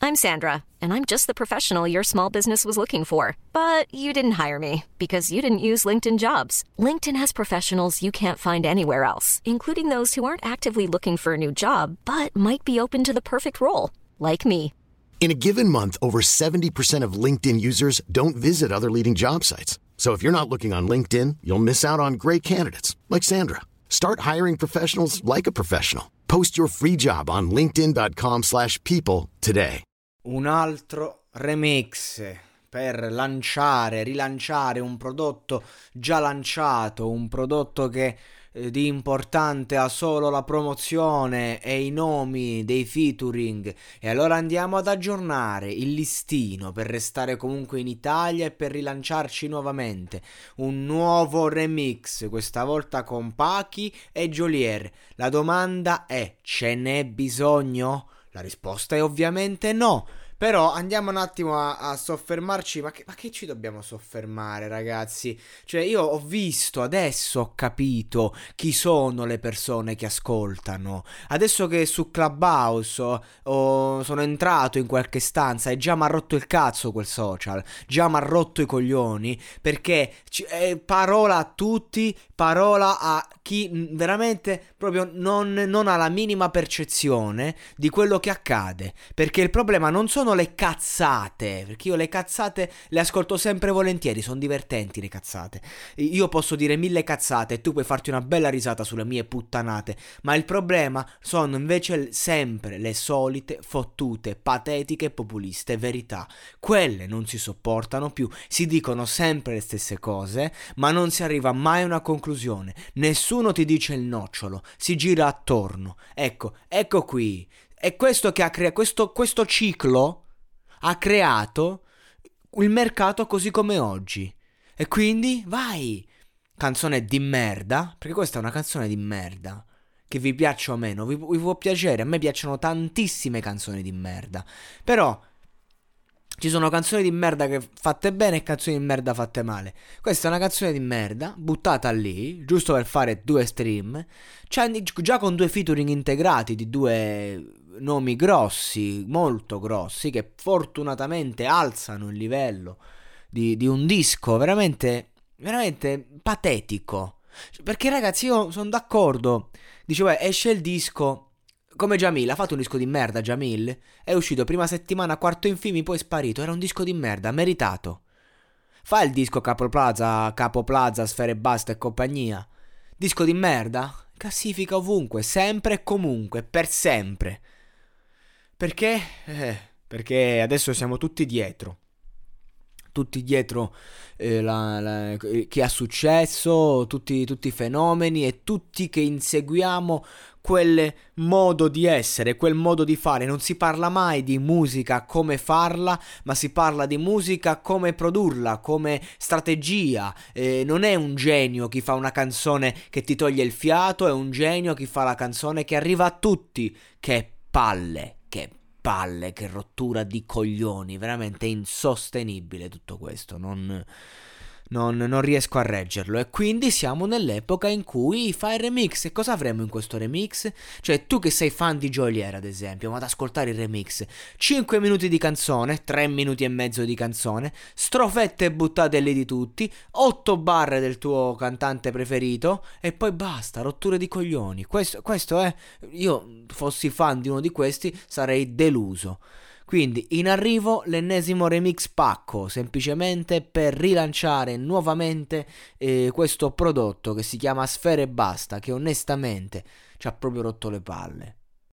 I'm Sandra, and I'm just the professional your small business was looking for. But you didn't hire me because you didn't use LinkedIn Jobs. LinkedIn has professionals you can't find anywhere else, including those who aren't actively looking for a new job, but might be open to the perfect role, like me. In a given month, over 70% of LinkedIn users don't visit other leading job sites. So if you're not looking on LinkedIn, you'll miss out on great candidates like Sandra. Start hiring professionals like a professional. Post your free job on linkedin.com/people today. Un altro remix per rilanciare un prodotto già lanciato, un prodotto che di importante ha solo la promozione e i nomi dei featuring. E allora andiamo ad aggiornare il listino per restare comunque in Italia e per rilanciarci nuovamente. Un nuovo remix, questa volta con Pachi e Geolier. La domanda è: ce n'è bisogno? La risposta è ovviamente no. Però andiamo un attimo a soffermarci. Ma che ci dobbiamo soffermare, ragazzi? Cioè, io ho visto, adesso ho capito chi sono le persone che ascoltano. Adesso che su Clubhouse sono entrato in qualche stanza e già mi ha rotto il cazzo quel social. Già mi ha rotto i coglioni. Perché parola a tutti, parola a chi veramente proprio non ha la minima percezione di quello che accade. Perché il problema non sono le cazzate, perché io le cazzate le ascolto sempre volentieri, sono divertenti le cazzate. Io posso dire 1000 cazzate e tu puoi farti una bella risata sulle mie puttanate, ma il problema sono invece sempre le solite fottute, patetiche e populiste verità. Quelle non si sopportano più, si dicono sempre le stesse cose, ma non si arriva mai a una conclusione. Nessuno ti dice il nocciolo, si gira attorno. Ecco qui. È questo che ha creato questo ciclo ha creato il mercato così come oggi. E quindi vai, canzone di merda, perché questa è una canzone di merda, che vi piaccia o meno, vi può piacere. A me piacciono tantissime canzoni di merda, però ci sono canzoni di merda che fatte bene e canzoni di merda fatte male. Questa è una canzone di merda buttata lì giusto per fare 2 stream, cioè, già con 2 featuring integrati di 2 nomi grossi, molto grossi, che fortunatamente alzano il livello di un disco veramente patetico. Perché ragazzi, io sono d'accordo, dicevo, esce il disco come Jamil, ha fatto un disco di merda. Jamil è uscito prima settimana, quarto in film, poi è sparito. Era un disco di merda, meritato. Fa il disco Capo Plaza, Sfere e Basta e compagnia. Disco di merda, classifica ovunque, sempre e comunque, per sempre. Perché? Perché adesso siamo tutti dietro chi ha successo, tutti i fenomeni e tutti che inseguiamo quel modo di essere, quel modo di fare. Non si parla mai di musica come farla, ma si parla di musica come produrla, come strategia. Non è un genio chi fa una canzone che ti toglie il fiato, è un genio chi fa la canzone che arriva a tutti. Che palle, che rottura di coglioni, veramente insostenibile tutto questo, non riesco a reggerlo. E quindi siamo nell'epoca in cui fai il remix. E cosa avremo in questo remix? Cioè, tu che sei fan di Geolier, ad esempio, ma ad ascoltare il remix, 5 minuti di canzone, 3 minuti e mezzo di canzone, strofette buttate lì di tutti, 8 barre del tuo cantante preferito e poi basta, rotture di coglioni. Questo è, io fossi fan di uno di questi sarei deluso. Quindi in arrivo l'ennesimo remix pacco, semplicemente per rilanciare nuovamente questo prodotto che si chiama Sfere e Basta, che onestamente ci ha proprio rotto le palle.